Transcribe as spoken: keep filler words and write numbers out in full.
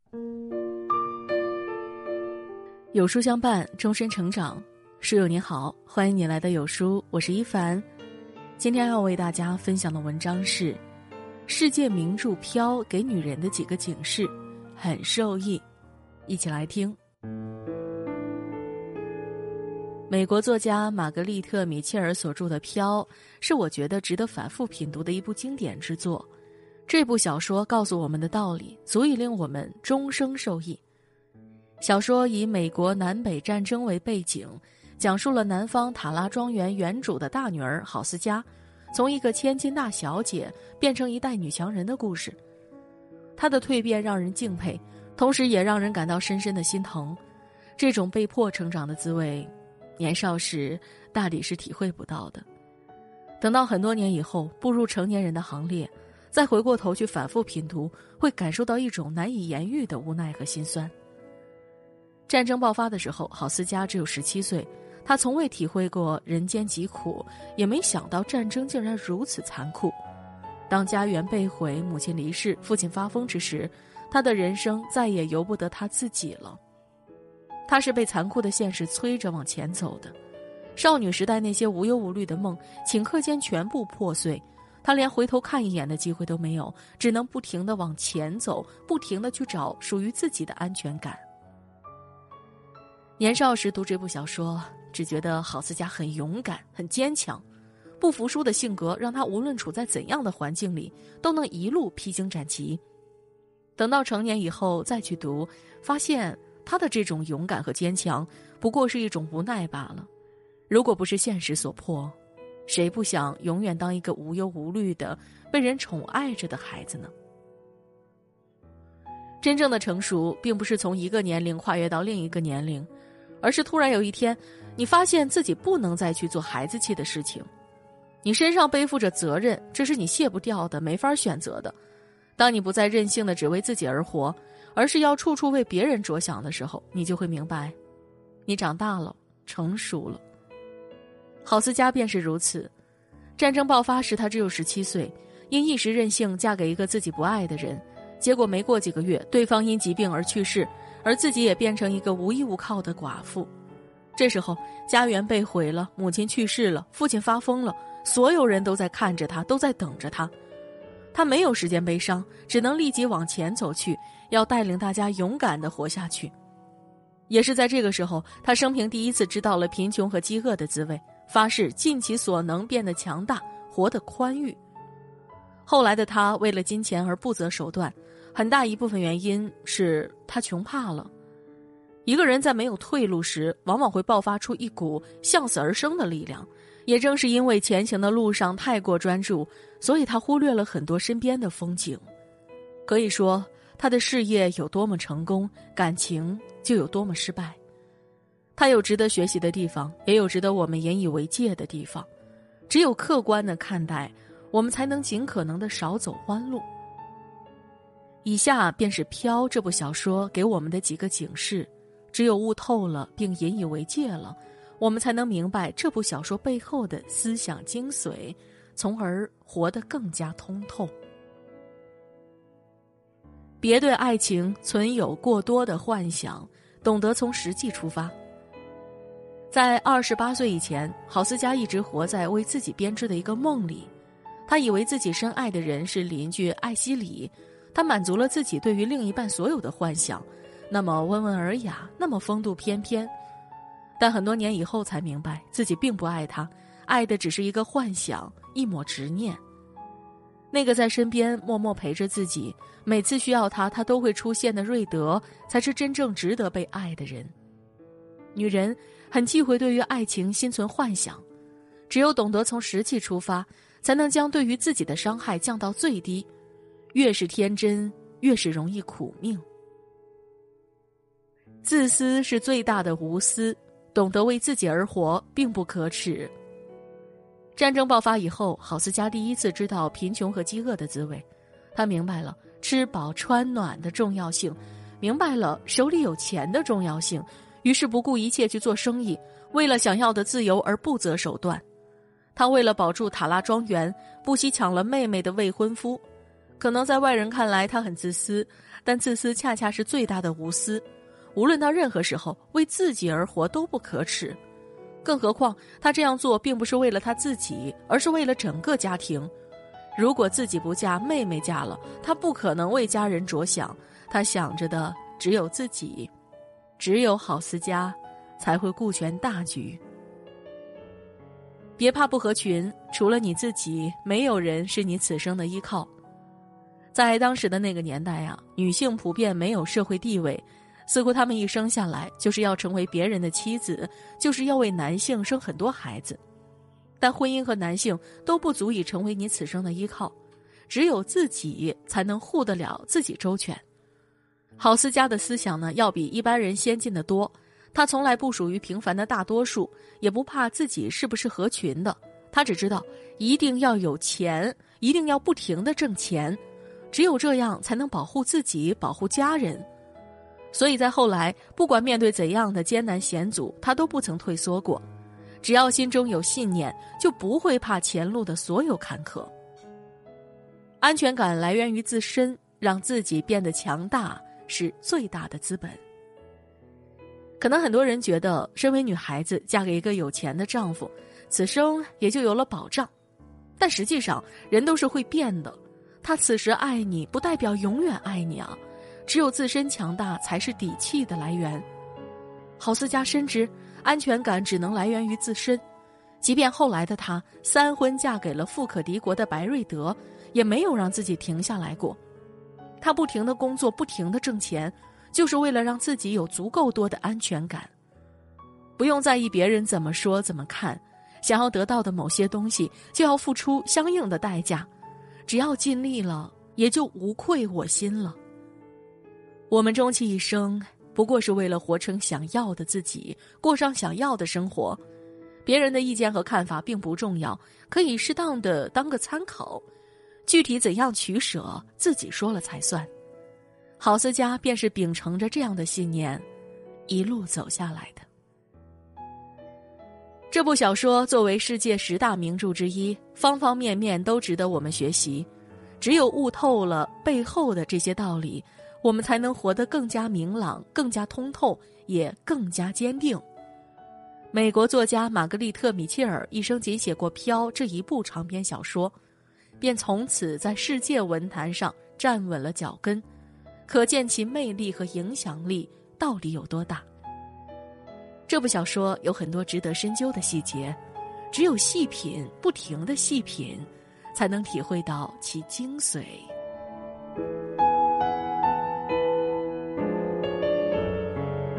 有书相伴，终身成长。书友你好，欢迎你来到有书，我是一凡。今天要为大家分享的文章是世界名著《飘》给女人的几个警示，很受益，一起来听。美国作家玛格丽特·米切尔所著的《飘》是我觉得值得反复品读的一部经典之作。这部小说告诉我们的道理，足以令我们终生受益。小说以美国南北战争为背景，讲述了南方塔拉庄园原主的大女儿郝思嘉从一个千金大小姐变成一代女强人的故事。她的蜕变让人敬佩，同时也让人感到深深的心疼。这种被迫成长的滋味，年少时大抵是体会不到的。等到很多年以后步入成年人的行列，再回过头去反复品读，会感受到一种难以言喻的无奈和心酸。战争爆发的时候，郝思嘉只有十七岁，她从未体会过人间疾苦，也没想到战争竟然如此残酷。当家园被毁，母亲离世，父亲发疯之时，她的人生再也由不得她自己了。她是被残酷的现实催着往前走的。少女时代那些无忧无虑的梦，顷刻间全部破碎，她连回头看一眼的机会都没有，只能不停地往前走，不停地去找属于自己的安全感。年少时读这部小说，只觉得郝思嘉很勇敢，很坚强，不服输的性格让她无论处在怎样的环境里，都能一路披荆斩棘。等到成年以后再去读，发现她的这种勇敢和坚强，不过是一种无奈罢了。如果不是现实所迫，谁不想永远当一个无忧无虑的、被人宠爱着的孩子呢？真正的成熟，并不是从一个年龄跨越到另一个年龄，而是突然有一天，你发现自己不能再去做孩子气的事情。你身上背负着责任，这是你卸不掉的，没法选择的。当你不再任性的只为自己而活，而是要处处为别人着想的时候，你就会明白，你长大了，成熟了。郝思嘉便是如此。战争爆发时，她只有十七岁，因一时任性嫁给一个自己不爱的人，结果没过几个月，对方因疾病而去世，而自己也变成一个无依无靠的寡妇。这时候家园被毁了，母亲去世了，父亲发疯了，所有人都在看着他，都在等着他。他没有时间悲伤，只能立即往前走去，要带领大家勇敢地活下去。也是在这个时候，他生平第一次知道了贫穷和饥饿的滋味，发誓尽其所能变得强大，活得宽裕。后来的他为了金钱而不择手段，很大一部分原因是他穷怕了。一个人在没有退路时，往往会爆发出一股向死而生的力量。也正是因为前行的路上太过专注，所以他忽略了很多身边的风景。可以说，他的事业有多么成功，感情就有多么失败。他有值得学习的地方，也有值得我们引以为戒的地方。只有客观地看待，我们才能尽可能地少走弯路。以下便是《飘》这部小说给我们的几个警示，只有悟透了并引以为戒了，我们才能明白这部小说背后的思想精髓，从而活得更加通透。别对爱情存有过多的幻想，懂得从实际出发。在二十八岁以前，郝思嘉一直活在为自己编织的一个梦里。他以为自己深爱的人是邻居艾希里，他满足了自己对于另一半所有的幻想，那么温文尔雅，那么风度翩翩。但很多年以后才明白，自己并不爱他，爱的只是一个幻想，一抹执念。那个在身边默默陪着自己，每次需要他他都会出现的瑞德，才是真正值得被爱的人。女人很忌讳对于爱情心存幻想，只有懂得从实际出发，才能将对于自己的伤害降到最低。越是天真，越是容易苦命。自私是最大的无私，懂得为自己而活并不可耻。战争爆发以后，郝思嘉第一次知道贫穷和饥饿的滋味，他明白了吃饱穿暖的重要性，明白了手里有钱的重要性，于是不顾一切去做生意，为了想要的自由而不择手段。他为了保住塔拉庄园，不惜抢了妹妹的未婚夫。 可能在外人看来他很自私，但自私恰恰是最大的无私。无论到任何时候，为自己而活都不可耻。更何况他这样做并不是为了他自己，而是为了整个家庭。如果自己不嫁，妹妹嫁了，他不可能为家人着想，他想着的只有自己。只有郝思嘉才会顾全大局。别怕不合群，除了你自己，没有人是你此生的依靠。在当时的那个年代啊，女性普遍没有社会地位，似乎她们一生下来就是要成为别人的妻子，就是要为男性生很多孩子。但婚姻和男性都不足以成为你此生的依靠，只有自己才能护得了自己周全。郝思嘉的思想呢，要比一般人先进得多。他从来不属于平凡的大多数，也不怕自己是不是合群的。他只知道一定要有钱，一定要不停地挣钱，只有这样才能保护自己，保护家人。所以在后来，不管面对怎样的艰难险阻，他都不曾退缩过。只要心中有信念，就不会怕前路的所有坎坷。安全感来源于自身，让自己变得强大是最大的资本。可能很多人觉得，身为女孩子嫁给一个有钱的丈夫，此生也就有了保障。但实际上，人都是会变的。他此时爱你，不代表永远爱你啊。只有自身强大，才是底气的来源。郝思嘉深知，安全感只能来源于自身。即便后来的她三婚嫁给了富可敌国的白瑞德，也没有让自己停下来过。她不停地工作，不停地挣钱，就是为了让自己有足够多的安全感。不用在意别人怎么说怎么看，想要得到的某些东西，就要付出相应的代价。只要尽力了，也就无愧我心了。我们终其一生，不过是为了活成想要的自己，过上想要的生活。别人的意见和看法并不重要，可以适当的当个参考。具体怎样取舍，自己说了才算。郝思嘉便是秉承着这样的信念，一路走下来的。这部小说作为世界十大名著之一，方方面面都值得我们学习。只有悟透了背后的这些道理，我们才能活得更加明朗，更加通透，也更加坚定。美国作家玛格丽特·米切尔一生仅写过《飘》这一部长篇小说，便从此在世界文坛上站稳了脚跟，可见其魅力和影响力到底有多大。这部小说有很多值得深究的细节，只有细品，不停的细品，才能体会到其精髓。